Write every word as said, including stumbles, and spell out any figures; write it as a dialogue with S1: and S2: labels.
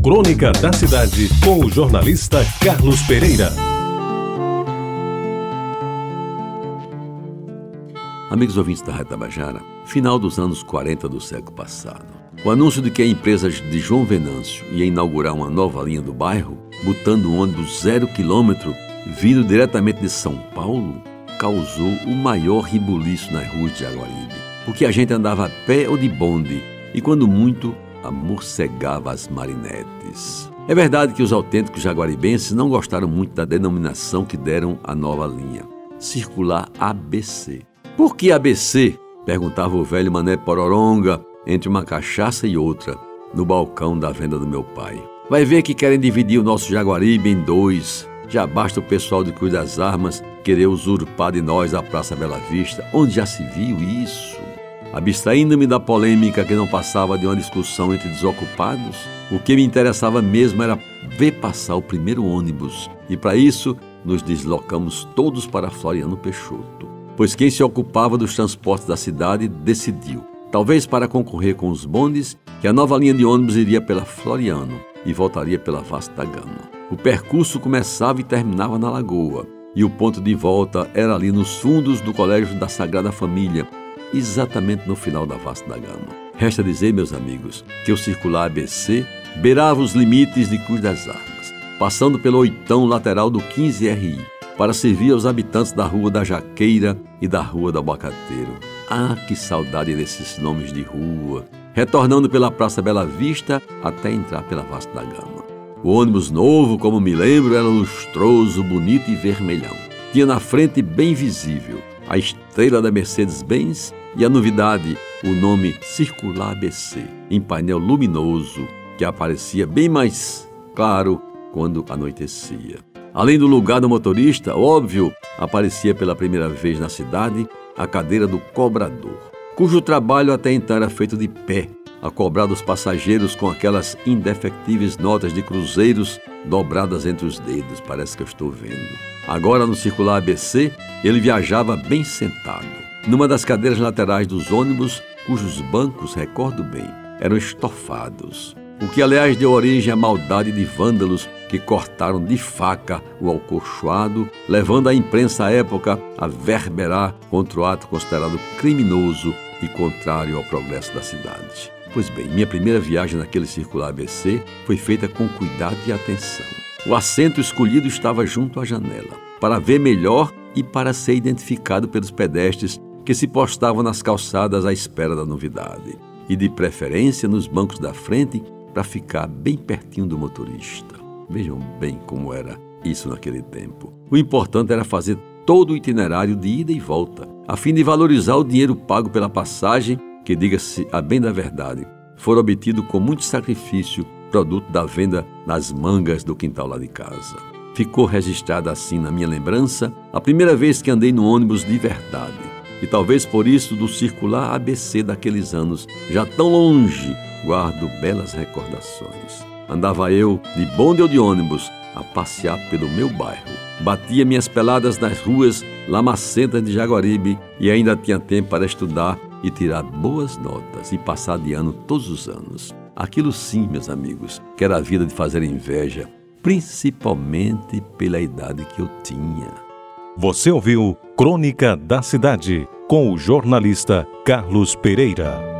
S1: Crônica da Cidade, com o jornalista Carlos Pereira.
S2: Amigos ouvintes da Rádio Tabajara, final dos anos quarenta do século passado. O anúncio de que a empresa de João Venâncio ia inaugurar uma nova linha do bairro, botando um ônibus zero quilômetro, vindo diretamente de São Paulo, causou o maior rebuliço nas ruas de Jaguaribe, porque a gente andava a pé ou de bonde, e quando muito, amorcegava as marinetes. É verdade que os autênticos jaguaribenses não gostaram muito da denominação que deram à nova linha, Circular A B C. Por que A B C? Perguntava o velho Mané Pororonga, entre uma cachaça e outra, no balcão da venda do meu pai. Vai ver que querem dividir o nosso Jaguaribe em dois. Já basta o pessoal de Cruz das Armas querer usurpar de nós a Praça Bela Vista, onde já se viu isso. Abstraindo-me da polêmica que não passava de uma discussão entre desocupados, o que me interessava mesmo era ver passar o primeiro ônibus, e para isso nos deslocamos todos para Floriano Peixoto, pois quem se ocupava dos transportes da cidade decidiu, talvez para concorrer com os bondes, que a nova linha de ônibus iria pela Floriano e voltaria pela Vasco da Gama. O percurso começava e terminava na Lagoa, e o ponto de volta era ali nos fundos do Colégio da Sagrada Família, exatamente no final da Vasco da Gama. Resta dizer, meus amigos, que o Circular A B C beirava os limites de Cruz das Armas, passando pelo oitão lateral do quinze R I, para servir aos habitantes da Rua da Jaqueira e da Rua do Abacateiro. Ah, que saudade desses nomes de rua! Retornando pela Praça Bela Vista até entrar pela Vasco da Gama. O ônibus novo, como me lembro, era lustroso, bonito e vermelhão. Tinha na frente, bem visível, a estrela da Mercedes-Benz e a novidade, o nome Circular A B C, em painel luminoso, que aparecia bem mais claro quando anoitecia. Além do lugar do motorista, óbvio, aparecia pela primeira vez na cidade a cadeira do cobrador, cujo trabalho até então era feito de pé, a cobrar dos passageiros com aquelas indefectíveis notas de cruzeiros dobradas entre os dedos, parece que eu estou vendo. Agora, no Circular A B C, ele viajava bem sentado, numa das cadeiras laterais dos ônibus, cujos bancos, recordo bem, eram estofados, o que, aliás, deu origem à maldade de vândalos que cortaram de faca o alcochoado, levando a imprensa à época a verberar contra o ato considerado criminoso e contrário ao progresso da cidade. Pois bem, minha primeira viagem naquele Circular A B C foi feita com cuidado e atenção. O assento escolhido estava junto à janela, para ver melhor e para ser identificado pelos pedestres que se postavam nas calçadas à espera da novidade, e de preferência nos bancos da frente para ficar bem pertinho do motorista. Vejam bem como era isso naquele tempo. O importante era fazer todo o itinerário de ida e volta, a fim de valorizar o dinheiro pago pela passagem, que, diga-se a bem da verdade, fora obtido com muito sacrifício, produto da venda nas mangas do quintal lá de casa. Ficou registrada assim na minha lembrança a primeira vez que andei no ônibus de verdade, e talvez por isso do Circular A B C daqueles anos, já tão longe, guardo belas recordações. Andava eu, de bonde ou de ônibus, a passear pelo meu bairro. Batia minhas peladas nas ruas lamacentas de Jaguaribe e ainda tinha tempo para estudar e tirar boas notas e passar de ano todos os anos. Aquilo sim, meus amigos, que era a vida de fazer inveja, principalmente pela idade que eu tinha.
S1: Você ouviu Crônica da Cidade, com o jornalista Carlos Pereira.